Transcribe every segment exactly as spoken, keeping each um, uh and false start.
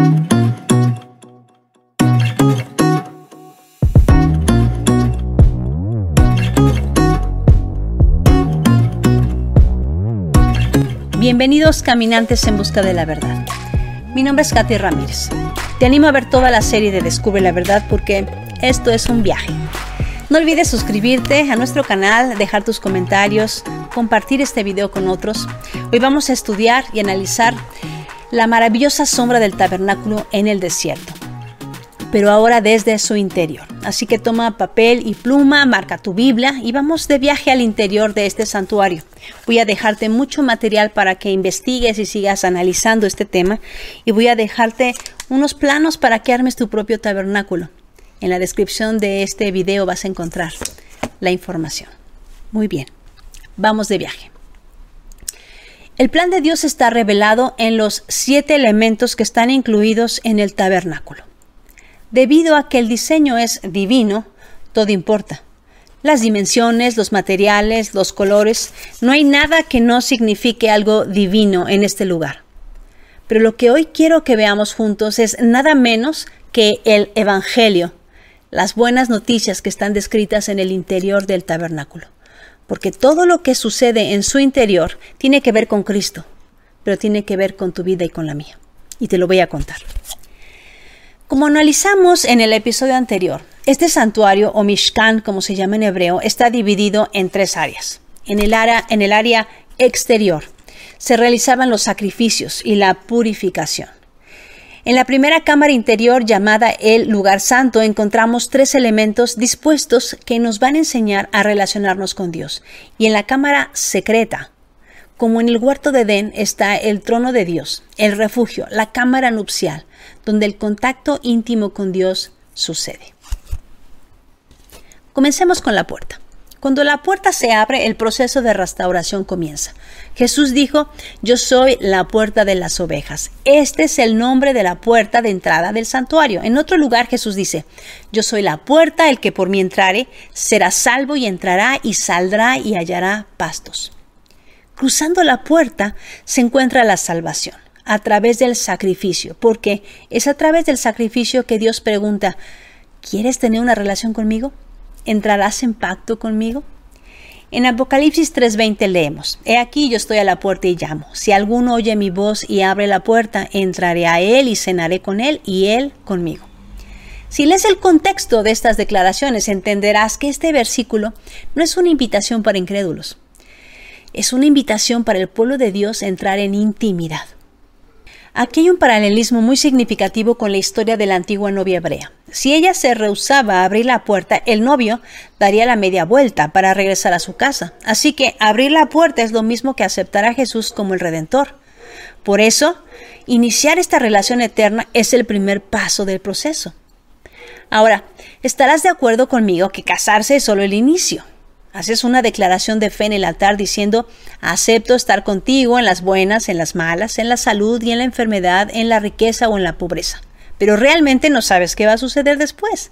Bienvenidos caminantes en busca de la verdad. Mi nombre es Katy Ramírez. Te animo a ver toda la serie de Descubre la Verdad porque esto es un viaje. No olvides suscribirte a nuestro canal, dejar tus comentarios, compartir este video con otros. Hoy vamos a estudiar y analizar la maravillosa sombra del tabernáculo en el desierto, pero ahora desde su interior. Así que toma papel y pluma, marca tu Biblia y vamos de viaje al interior de este santuario. Voy a dejarte mucho material para que investigues y sigas analizando este tema y voy a dejarte unos planos para que armes tu propio tabernáculo. En la descripción de este video vas a encontrar la información. Muy bien, vamos de viaje. El plan de Dios está revelado en los siete elementos que están incluidos en el tabernáculo. Debido a que el diseño es divino, todo importa. Las dimensiones, los materiales, los colores, no hay nada que no signifique algo divino en este lugar. Pero lo que hoy quiero que veamos juntos es nada menos que el Evangelio, las buenas noticias que están descritas en el interior del tabernáculo. Porque todo lo que sucede en su interior tiene que ver con Cristo, pero tiene que ver con tu vida y con la mía. Y te lo voy a contar. Como analizamos en el episodio anterior, este santuario o Mishkan, como se llama en hebreo, está dividido en tres áreas. En el área, en el área exterior se realizaban los sacrificios y la purificación. En la primera cámara interior, llamada el lugar santo, encontramos tres elementos dispuestos que nos van a enseñar a relacionarnos con Dios. Y en la cámara secreta, como en el huerto de Edén, está el trono de Dios, el refugio, la cámara nupcial, donde el contacto íntimo con Dios sucede. Comencemos con la puerta. Cuando la puerta se abre, el proceso de restauración comienza. Jesús dijo, yo soy la puerta de las ovejas. Este es el nombre de la puerta de entrada del santuario. En otro lugar Jesús dice, yo soy la puerta, el que por mí entrare será salvo y entrará y saldrá y hallará pastos. Cruzando la puerta se encuentra la salvación a través del sacrificio, porque es a través del sacrificio que Dios pregunta, ¿quieres tener una relación conmigo? ¿Entrarás en pacto conmigo? En Apocalipsis tres veinte leemos, he aquí yo estoy a la puerta y llamo. Si alguno oye mi voz y abre la puerta, entraré a él y cenaré con él y él conmigo. Si lees el contexto de estas declaraciones, entenderás que este versículo no es una invitación para incrédulos. Es una invitación para el pueblo de Dios a entrar en intimidad. Aquí hay un paralelismo muy significativo con la historia de la antigua novia hebrea. Si ella se rehusaba a abrir la puerta, el novio daría la media vuelta para regresar a su casa. Así que abrir la puerta es lo mismo que aceptar a Jesús como el Redentor. Por eso, iniciar esta relación eterna es el primer paso del proceso. Ahora, estarás de acuerdo conmigo que casarse es solo el inicio. Haces una declaración de fe en el altar diciendo, acepto estar contigo en las buenas, en las malas, en la salud y en la enfermedad, en la riqueza o en la pobreza. Pero realmente no sabes qué va a suceder después.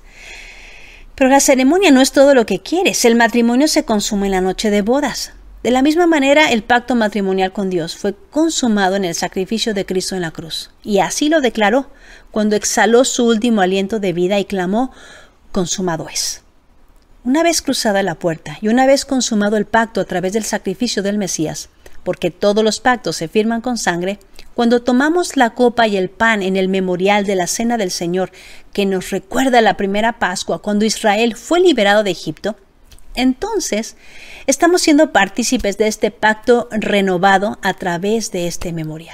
Pero la ceremonia no es todo lo que quieres. El matrimonio se consuma en la noche de bodas. De la misma manera, el pacto matrimonial con Dios fue consumado en el sacrificio de Cristo en la cruz. Y así lo declaró cuando exhaló su último aliento de vida y clamó, consumado es. Una vez cruzada la puerta y una vez consumado el pacto a través del sacrificio del Mesías, porque todos los pactos se firman con sangre, cuando tomamos la copa y el pan en el memorial de la Cena del Señor, que nos recuerda la primera Pascua cuando Israel fue liberado de Egipto, entonces estamos siendo partícipes de este pacto renovado a través de este memorial.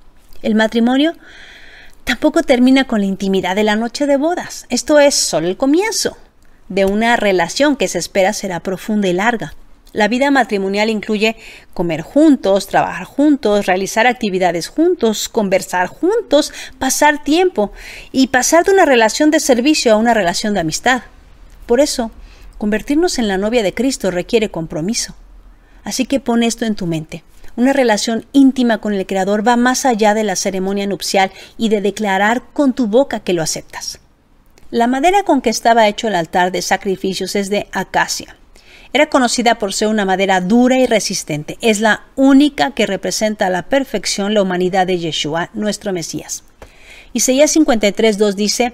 El matrimonio tampoco termina con la intimidad de la noche de bodas. Esto es solo el comienzo de una relación que se espera será profunda y larga. La vida matrimonial incluye comer juntos, trabajar juntos, realizar actividades juntos, conversar juntos, pasar tiempo y pasar de una relación de servicio a una relación de amistad. Por eso, convertirnos en la novia de Cristo requiere compromiso. Así que pon esto en tu mente. Una relación íntima con el Creador va más allá de la ceremonia nupcial y de declarar con tu boca que lo aceptas. La madera con que estaba hecho el altar de sacrificios es de acacia. Era conocida por ser una madera dura y resistente. Es la única que representa a la perfección la humanidad de Yeshua, nuestro Mesías. Isaías cincuenta y tres, dos dice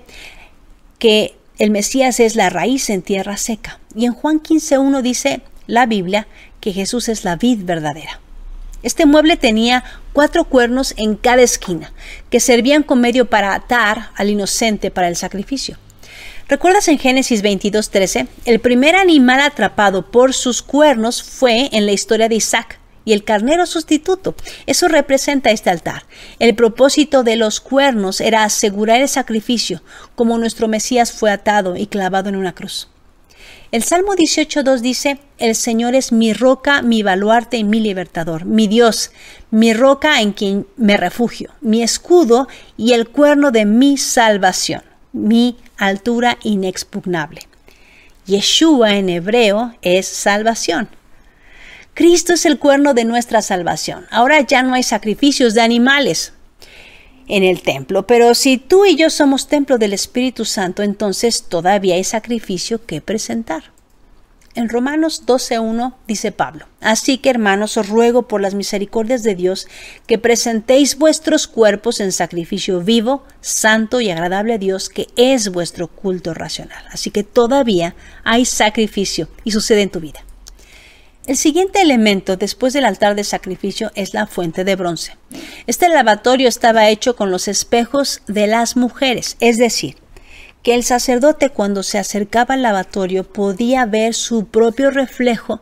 que el Mesías es la raíz en tierra seca. Y en Juan quince, uno dice la Biblia que Jesús es la vid verdadera. Este mueble tenía cuatro cuernos en cada esquina, que servían como medio para atar al inocente para el sacrificio. ¿Recuerdas en Génesis veintidós, trece? El primer animal atrapado por sus cuernos fue en la historia de Isaac y el carnero sustituto. Eso representa este altar. El propósito de los cuernos era asegurar el sacrificio, como nuestro Mesías fue atado y clavado en una cruz. El Salmo dieciocho, dos dice: el Señor es mi roca, mi baluarte y mi libertador, mi Dios, mi roca en quien me refugio, mi escudo y el cuerno de mi salvación, mi altura inexpugnable. Yeshua en hebreo es salvación. Cristo es el cuerno de nuestra salvación. Ahora ya no hay sacrificios de animales en el templo, pero si tú y yo somos templo del Espíritu Santo, entonces todavía hay sacrificio que presentar. En Romanos doce, uno dice Pablo: así que, hermanos, os ruego por las misericordias de Dios que presentéis vuestros cuerpos en sacrificio vivo, santo y agradable a Dios, que es vuestro culto racional. Así que todavía hay sacrificio y sucede en tu vida. El siguiente elemento después del altar de sacrificio es la fuente de bronce. Este lavatorio estaba hecho con los espejos de las mujeres, es decir, que el sacerdote cuando se acercaba al lavatorio podía ver su propio reflejo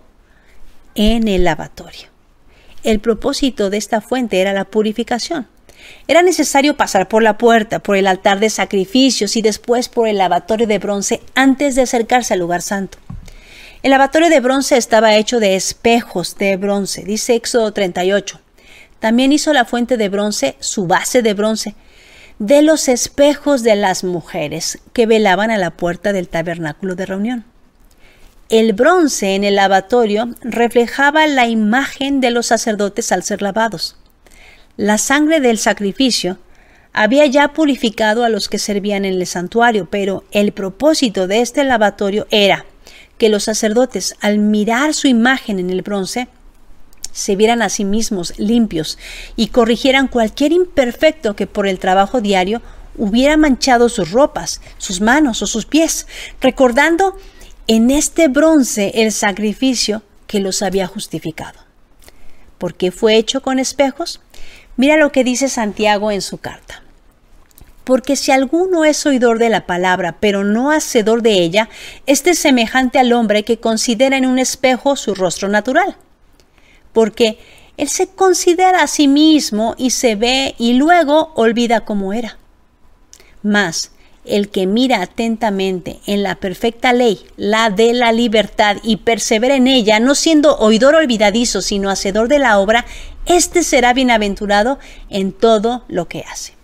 en el lavatorio. El propósito de esta fuente era la purificación. Era necesario pasar por la puerta, por el altar de sacrificios y después por el lavatorio de bronce antes de acercarse al lugar santo. El lavatorio de bronce estaba hecho de espejos de bronce, dice Éxodo treinta y ocho. También hizo la fuente de bronce, su base de bronce, de los espejos de las mujeres que velaban a la puerta del tabernáculo de reunión. El bronce en el lavatorio reflejaba la imagen de los sacerdotes al ser lavados. La sangre del sacrificio había ya purificado a los que servían en el santuario, pero el propósito de este lavatorio era que los sacerdotes, al mirar su imagen en el bronce, se vieran a sí mismos limpios y corrigieran cualquier imperfecto que por el trabajo diario hubiera manchado sus ropas, sus manos o sus pies, recordando en este bronce el sacrificio que los había justificado. ¿Por qué fue hecho con espejos? Mira lo que dice Santiago en su carta. Porque si alguno es oidor de la palabra, pero no hacedor de ella, este es semejante al hombre que considera en un espejo su rostro natural. Porque él se considera a sí mismo y se ve y luego olvida cómo era. Mas el que mira atentamente en la perfecta ley, la de la libertad, y persevera en ella, no siendo oidor olvidadizo, sino hacedor de la obra, éste será bienaventurado en todo lo que hace.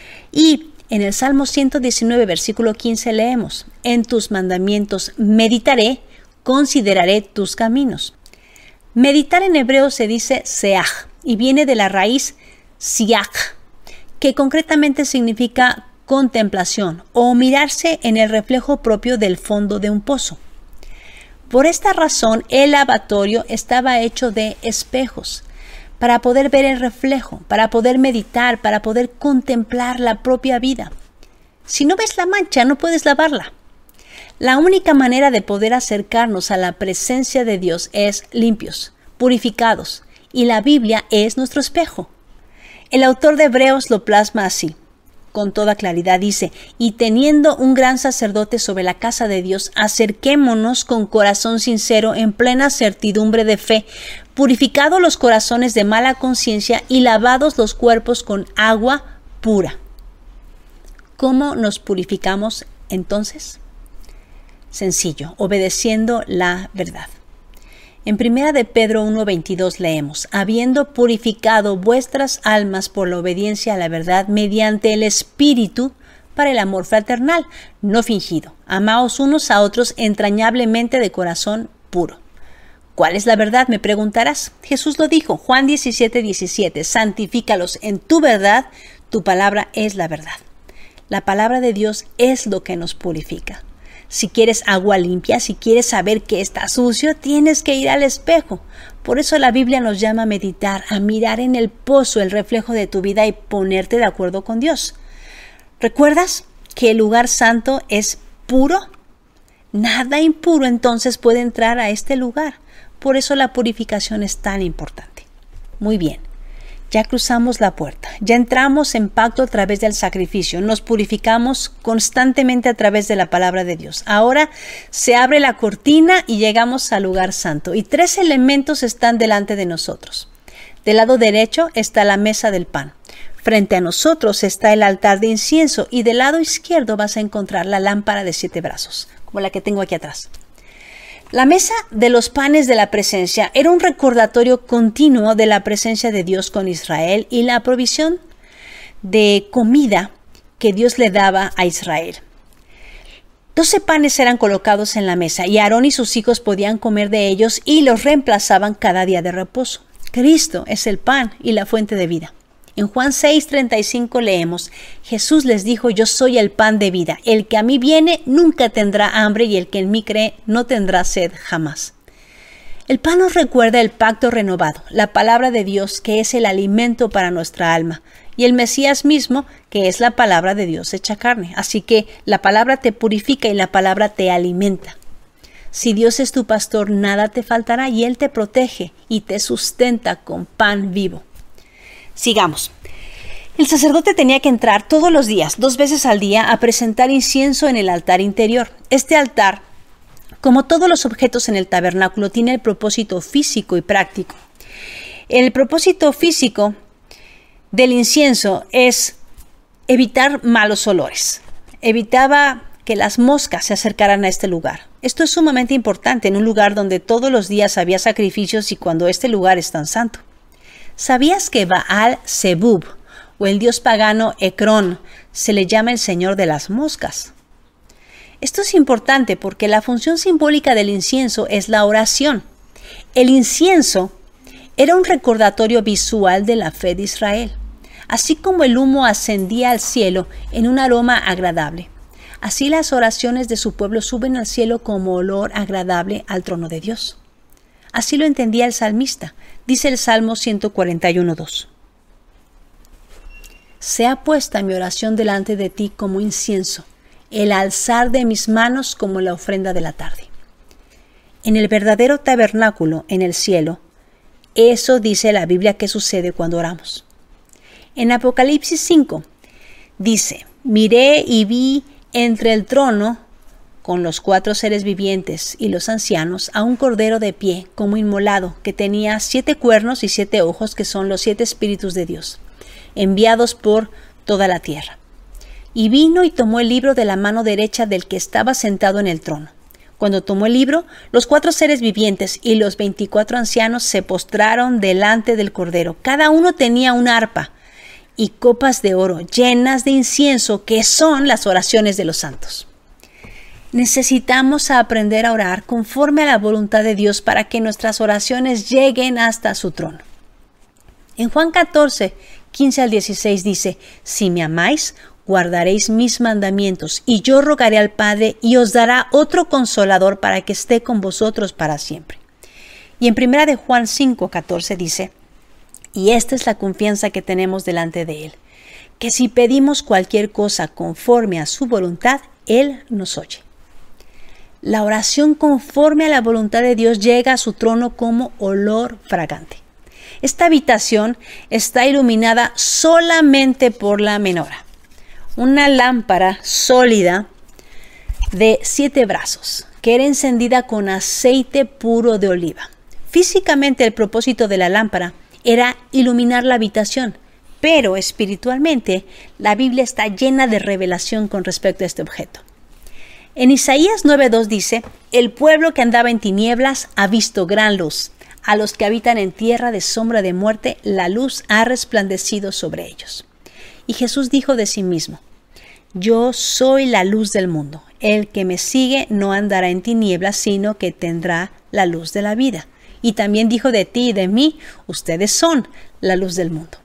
Y en el Salmo ciento diecinueve, versículo quince leemos: en tus mandamientos meditaré, consideraré tus caminos. Meditar en hebreo se dice seach y viene de la raíz siach, que concretamente significa contemplación o mirarse en el reflejo propio del fondo de un pozo. Por esta razón, el lavatorio estaba hecho de espejos, para poder ver el reflejo, para poder meditar, para poder contemplar la propia vida. Si no ves la mancha, no puedes lavarla. La única manera de poder acercarnos a la presencia de Dios es limpios, purificados, y la Biblia es nuestro espejo. El autor de Hebreos lo plasma así, con toda claridad, dice: y teniendo un gran sacerdote sobre la casa de Dios, acerquémonos con corazón sincero en plena certidumbre de fe, purificados los corazones de mala conciencia y lavados los cuerpos con agua pura. ¿Cómo nos purificamos entonces? Sencillo, obedeciendo la verdad. En primera de Pedro uno veintidós leemos: habiendo purificado vuestras almas por la obediencia a la verdad mediante el Espíritu para el amor fraternal, no fingido. Amaos unos a otros entrañablemente de corazón puro. ¿Cuál es la verdad?, me preguntarás. Jesús lo dijo, Juan diecisiete, diecisiete, santifícalos en tu verdad, tu palabra es la verdad. La palabra de Dios es lo que nos purifica. Si quieres agua limpia, si quieres saber que está sucio, tienes que ir al espejo. Por eso la Biblia nos llama a meditar, a mirar en el pozo el reflejo de tu vida y ponerte de acuerdo con Dios. ¿Recuerdas que el lugar santo es puro? Nada impuro entonces puede entrar a este lugar. Por eso la purificación es tan importante. Muy bien, ya cruzamos la puerta, ya entramos en pacto a través del sacrificio, nos purificamos constantemente a través de la palabra de Dios. Ahora se abre la cortina y llegamos al lugar santo y tres elementos están delante de nosotros. Del lado derecho está la mesa del pan. Frente a nosotros está el altar de incienso y del lado izquierdo vas a encontrar la lámpara de siete brazos, como la que tengo aquí atrás. La mesa de los panes de la presencia era un recordatorio continuo de la presencia de Dios con Israel y la provisión de comida que Dios le daba a Israel. Doce panes eran colocados en la mesa y Aarón y sus hijos podían comer de ellos y los reemplazaban cada día de reposo. Cristo es el pan y la fuente de vida. En Juan seis treinta y cinco leemos, Jesús les dijo, yo soy el pan de vida. El que a mí viene nunca tendrá hambre y el que en mí cree no tendrá sed jamás. El pan nos recuerda el pacto renovado, la palabra de Dios que es el alimento para nuestra alma y el Mesías mismo que es la palabra de Dios hecha carne. Así que la palabra te purifica y la palabra te alimenta. Si Dios es tu pastor, nada te faltará y Él te protege y te sustenta con pan vivo. Sigamos. El sacerdote tenía que entrar todos los días, dos veces al día, a presentar incienso en el altar interior. Este altar, como todos los objetos en el tabernáculo, tiene el propósito físico y práctico. El propósito físico del incienso es evitar malos olores. Evitaba que las moscas se acercaran a este lugar. Esto es sumamente importante en un lugar donde todos los días había sacrificios y cuando este lugar es tan santo. ¿Sabías que Baal-Zebub o el dios pagano Ecrón se le llama el señor de las moscas? Esto es importante porque la función simbólica del incienso es la oración. El incienso era un recordatorio visual de la fe de Israel, así como el humo ascendía al cielo en un aroma agradable. Así las oraciones de su pueblo suben al cielo como olor agradable al trono de Dios. Así lo entendía el salmista. Dice el Salmo ciento cuarenta y uno, dos. Sea puesta mi oración delante de ti como incienso, el alzar de mis manos como la ofrenda de la tarde. En el verdadero tabernáculo en el cielo, eso dice la Biblia que sucede cuando oramos. En Apocalipsis cinco dice, miré y vi entre el trono con los cuatro seres vivientes y los ancianos, a un cordero de pie, como inmolado, que tenía siete cuernos y siete ojos, que son los siete espíritus de Dios, enviados por toda la tierra. Y vino y tomó el libro de la mano derecha del que estaba sentado en el trono. Cuando tomó el libro, los cuatro seres vivientes y los veinticuatro ancianos se postraron delante del cordero. Cada uno tenía una arpa y copas de oro llenas de incienso, que son las oraciones de los santos. Necesitamos aprender a orar conforme a la voluntad de Dios para que nuestras oraciones lleguen hasta su trono. En Juan catorce, quince al dieciséis dice, si me amáis, guardaréis mis mandamientos, y yo rogaré al Padre y os dará otro consolador para que esté con vosotros para siempre. Y en primera de Juan cinco, catorce dice, y esta es la confianza que tenemos delante de Él, que si pedimos cualquier cosa conforme a su voluntad, Él nos oye. La oración conforme a la voluntad de Dios llega a su trono como olor fragante. Esta habitación está iluminada solamente por la menora, una lámpara sólida de siete brazos, que era encendida con aceite puro de oliva. Físicamente el propósito de la lámpara era iluminar la habitación, pero espiritualmente la Biblia está llena de revelación con respecto a este objeto. En Isaías nueve dos dice, el pueblo que andaba en tinieblas ha visto gran luz. A los que habitan en tierra de sombra de muerte, la luz ha resplandecido sobre ellos. Y Jesús dijo de sí mismo, yo soy la luz del mundo. El que me sigue no andará en tinieblas, sino que tendrá la luz de la vida. Y también dijo de ti y de mí, ustedes son la luz del mundo.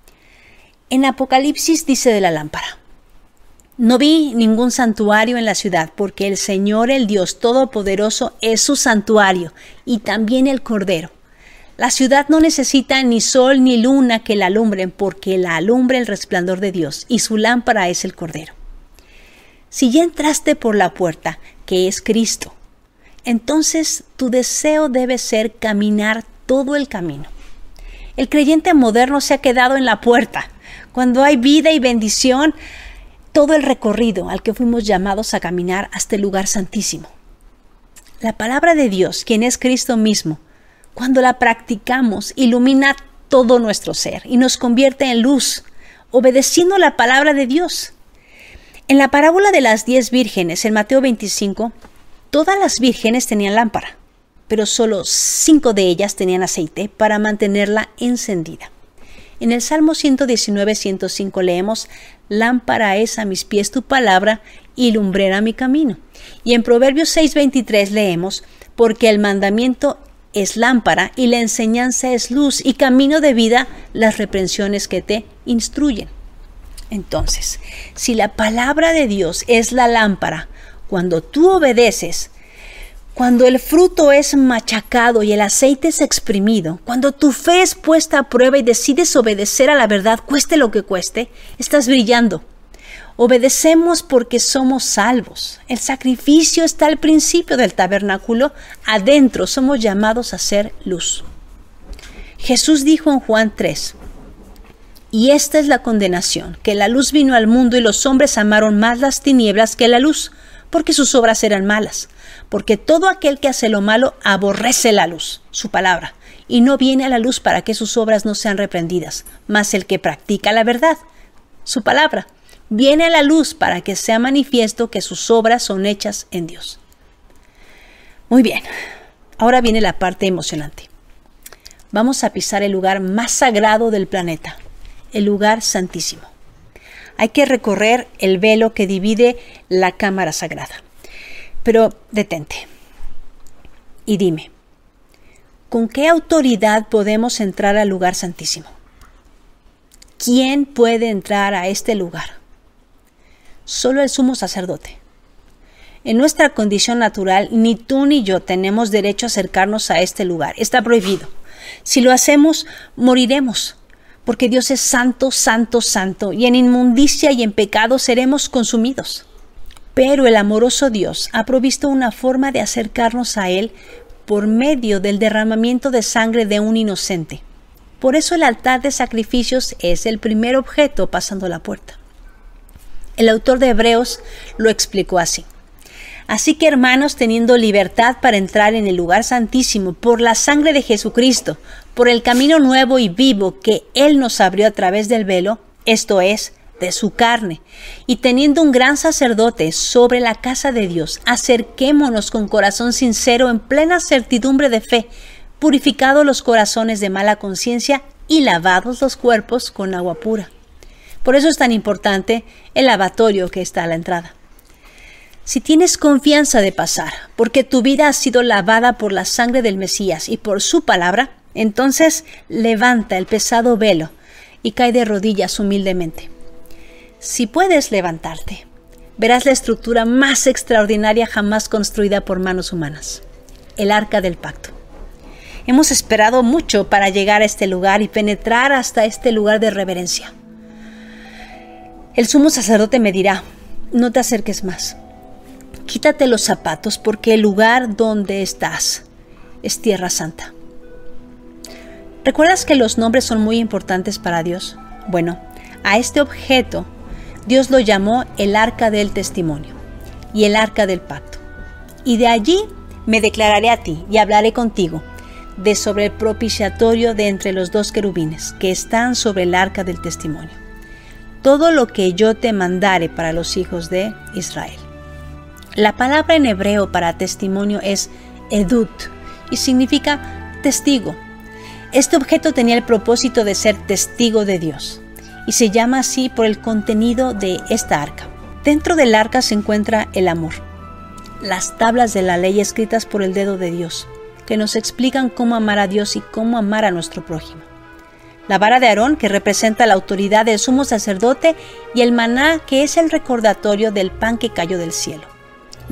En Apocalipsis dice de la lámpara, no vi ningún santuario en la ciudad, porque el Señor, el Dios Todopoderoso, es su santuario, y también el Cordero. La ciudad no necesita ni sol ni luna que la alumbren, porque la alumbra el resplandor de Dios, y su lámpara es el Cordero. Si ya entraste por la puerta, que es Cristo, entonces tu deseo debe ser caminar todo el camino. El creyente moderno se ha quedado en la puerta, cuando hay vida y bendición, todo el recorrido al que fuimos llamados a caminar hasta el lugar santísimo. La palabra de Dios, quien es Cristo mismo, cuando la practicamos, ilumina todo nuestro ser y nos convierte en luz, obedeciendo la palabra de Dios. En la parábola de las diez vírgenes, en Mateo veinticinco, todas las vírgenes tenían lámpara, pero solo cinco de ellas tenían aceite para mantenerla encendida. En el Salmo ciento diecinueve, ciento cinco leemos: lámpara es a mis pies tu palabra y lumbrera mi camino. Y en Proverbios seis, veintitrés leemos: porque el mandamiento es lámpara y la enseñanza es luz, y camino de vida las reprensiones que te instruyen. Entonces, si la palabra de Dios es la lámpara, cuando tú obedeces, cuando el fruto es machacado y el aceite es exprimido, cuando tu fe es puesta a prueba y decides obedecer a la verdad, cueste lo que cueste, estás brillando. Obedecemos porque somos salvos. El sacrificio está al principio del tabernáculo. Adentro somos llamados a ser luz. Jesús dijo en Juan tres: y esta es la condenación, que la luz vino al mundo y los hombres amaron más las tinieblas que la luz, porque sus obras eran malas. Porque todo aquel que hace lo malo aborrece la luz, su palabra, y no viene a la luz para que sus obras no sean reprendidas. Mas el que practica la verdad, su palabra, viene a la luz para que sea manifiesto que sus obras son hechas en Dios. Muy bien, ahora viene la parte emocionante. Vamos a pisar el lugar más sagrado del planeta, el lugar santísimo. Hay que recorrer el velo que divide la cámara sagrada. Pero detente y dime, ¿con qué autoridad podemos entrar al lugar santísimo? ¿Quién puede entrar a este lugar? Solo el sumo sacerdote. En nuestra condición natural, ni tú ni yo tenemos derecho a acercarnos a este lugar. Está prohibido. Si lo hacemos, moriremos, porque Dios es santo, santo, santo, y en inmundicia y en pecado seremos consumidos. Pero el amoroso Dios ha provisto una forma de acercarnos a Él por medio del derramamiento de sangre de un inocente. Por eso el altar de sacrificios es el primer objeto pasando la puerta. El autor de Hebreos lo explicó así: así que, hermanos, teniendo libertad para entrar en el lugar santísimo por la sangre de Jesucristo, por el camino nuevo y vivo que Él nos abrió a través del velo, esto es, de su carne, y teniendo un gran sacerdote sobre la casa de Dios, acerquémonos con corazón sincero en plena certidumbre de fe, purificados los corazones de mala conciencia y lavados los cuerpos con agua pura. Por eso es tan importante el lavatorio que está a la entrada. Si tienes confianza de pasar, porque tu vida ha sido lavada por la sangre del Mesías y por su palabra, entonces levanta el pesado velo y cae de rodillas humildemente. Si puedes levantarte, verás la estructura más extraordinaria jamás construida por manos humanas, el Arca del Pacto. Hemos esperado mucho para llegar a este lugar y penetrar hasta este lugar de reverencia. El sumo sacerdote me dirá: no te acerques más. Quítate los zapatos, porque el lugar donde estás es tierra santa. ¿Recuerdas que los nombres son muy importantes para Dios? Bueno, a este objeto Dios lo llamó el Arca del Testimonio y el Arca del Pacto. Y de allí me declararé a ti y hablaré contigo de sobre el propiciatorio de entre los dos querubines que están sobre el Arca del Testimonio. Todo lo que yo te mandare para los hijos de Israel. La palabra en hebreo para testimonio es edut y significa testigo. Este objeto tenía el propósito de ser testigo de Dios y se llama así por el contenido de esta arca. Dentro del arca se encuentra el amor, las tablas de la ley escritas por el dedo de Dios, que nos explican cómo amar a Dios y cómo amar a nuestro prójimo. La vara de Aarón, que representa la autoridad del sumo sacerdote, y el maná, que es el recordatorio del pan que cayó del cielo.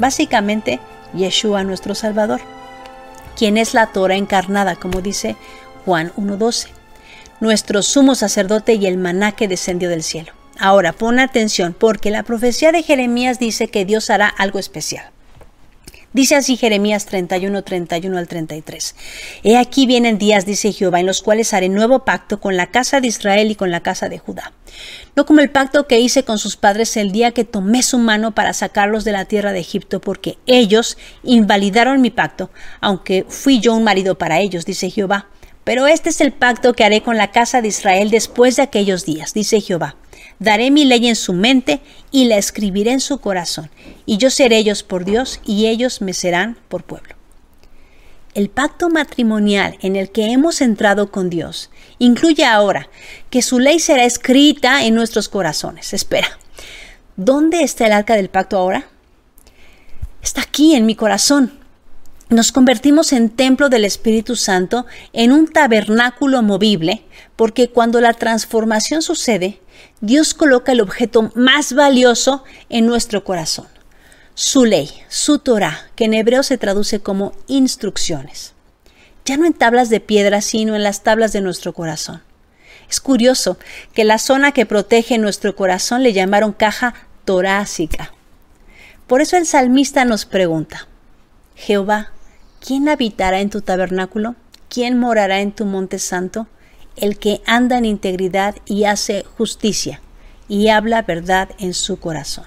Básicamente, Yeshua, nuestro Salvador, quien es la Torah encarnada, como dice Juan uno doce. Nuestro sumo sacerdote y el maná que descendió del cielo. Ahora pon atención, porque la profecía de Jeremías dice que Dios hará algo especial. Dice así Jeremías treinta y uno, treinta y uno al treinta y tres. He aquí vienen días, dice Jehová, en los cuales haré nuevo pacto con la casa de Israel y con la casa de Judá. No como el pacto que hice con sus padres el día que tomé su mano para sacarlos de la tierra de Egipto, porque ellos invalidaron mi pacto, aunque fui yo un marido para ellos, dice Jehová. Pero este es el pacto que haré con la casa de Israel después de aquellos días, dice Jehová. Daré mi ley en su mente y la escribiré en su corazón, y yo seré ellos por Dios y ellos me serán por pueblo. El pacto matrimonial en el que hemos entrado con Dios incluye ahora que su ley será escrita en nuestros corazones. Espera, ¿dónde está el arca del pacto ahora? Está aquí en mi corazón. Nos convertimos en templo del Espíritu Santo, en un tabernáculo movible, porque cuando la transformación sucede, Dios coloca el objeto más valioso en nuestro corazón. Su ley, su Torah, que en hebreo se traduce como instrucciones. Ya no en tablas de piedra, sino en las tablas de nuestro corazón. Es curioso que la zona que protege nuestro corazón le llamaron caja torácica. Por eso el salmista nos pregunta, Jehová, ¿quién habitará en tu tabernáculo? ¿Quién morará en tu monte santo? El que anda en integridad y hace justicia y habla verdad en su corazón.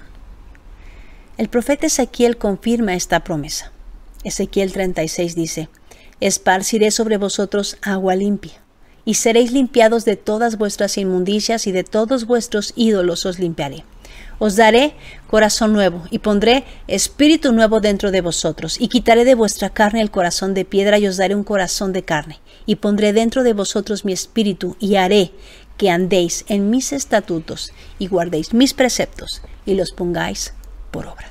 El profeta Ezequiel confirma esta promesa. Ezequiel treinta y seis dice, esparciré sobre vosotros agua limpia, y seréis limpiados de todas vuestras inmundicias y de todos vuestros ídolos os limpiaré. Os daré corazón nuevo y pondré espíritu nuevo dentro de vosotros y quitaré de vuestra carne el corazón de piedra y os daré un corazón de carne y pondré dentro de vosotros mi espíritu y haré que andéis en mis estatutos y guardéis mis preceptos y los pongáis por obra.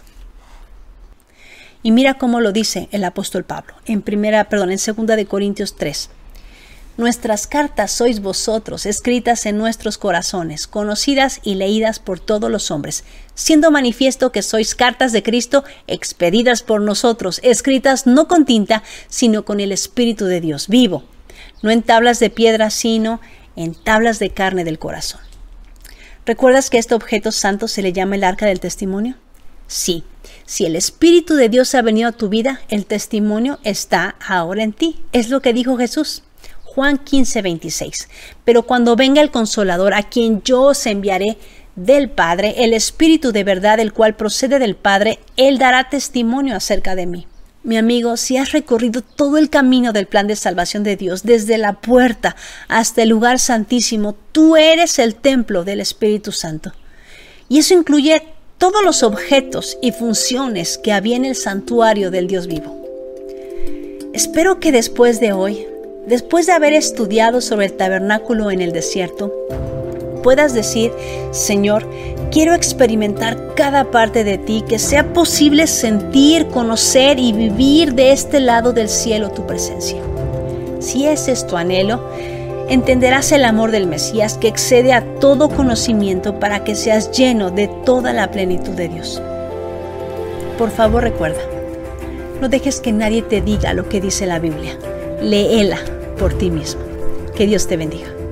Y mira cómo lo dice el apóstol Pablo en primera, perdón, en segunda de Corintios tres. Nuestras cartas sois vosotros, escritas en nuestros corazones, conocidas y leídas por todos los hombres, siendo manifiesto que sois cartas de Cristo expedidas por nosotros, escritas no con tinta, sino con el Espíritu de Dios vivo, no en tablas de piedra, sino en tablas de carne del corazón. ¿Recuerdas que a este objeto santo se le llama el arca del testimonio? Sí, si el Espíritu de Dios ha venido a tu vida, el testimonio está ahora en ti. Es lo que dijo Jesús. Juan quince, veintiséis. Pero cuando venga el Consolador, a quien yo os enviaré del Padre, el Espíritu de verdad, el cual procede del Padre, Él dará testimonio acerca de mí. Mi amigo, si has recorrido todo el camino del plan de salvación de Dios, desde la puerta hasta el lugar santísimo, tú eres el templo del Espíritu Santo. Y eso incluye todos los objetos y funciones que había en el santuario del Dios vivo. Espero que después de hoy, después de haber estudiado sobre el tabernáculo en el desierto, puedas decir, Señor, quiero experimentar cada parte de ti, que sea posible sentir, conocer y vivir de este lado del cielo tu presencia. Si ese es tu anhelo, entenderás el amor del Mesías que excede a todo conocimiento para que seas lleno de toda la plenitud de Dios. Por favor, recuerda, no dejes que nadie te diga lo que dice la Biblia. Léela por ti mismo. Que Dios te bendiga.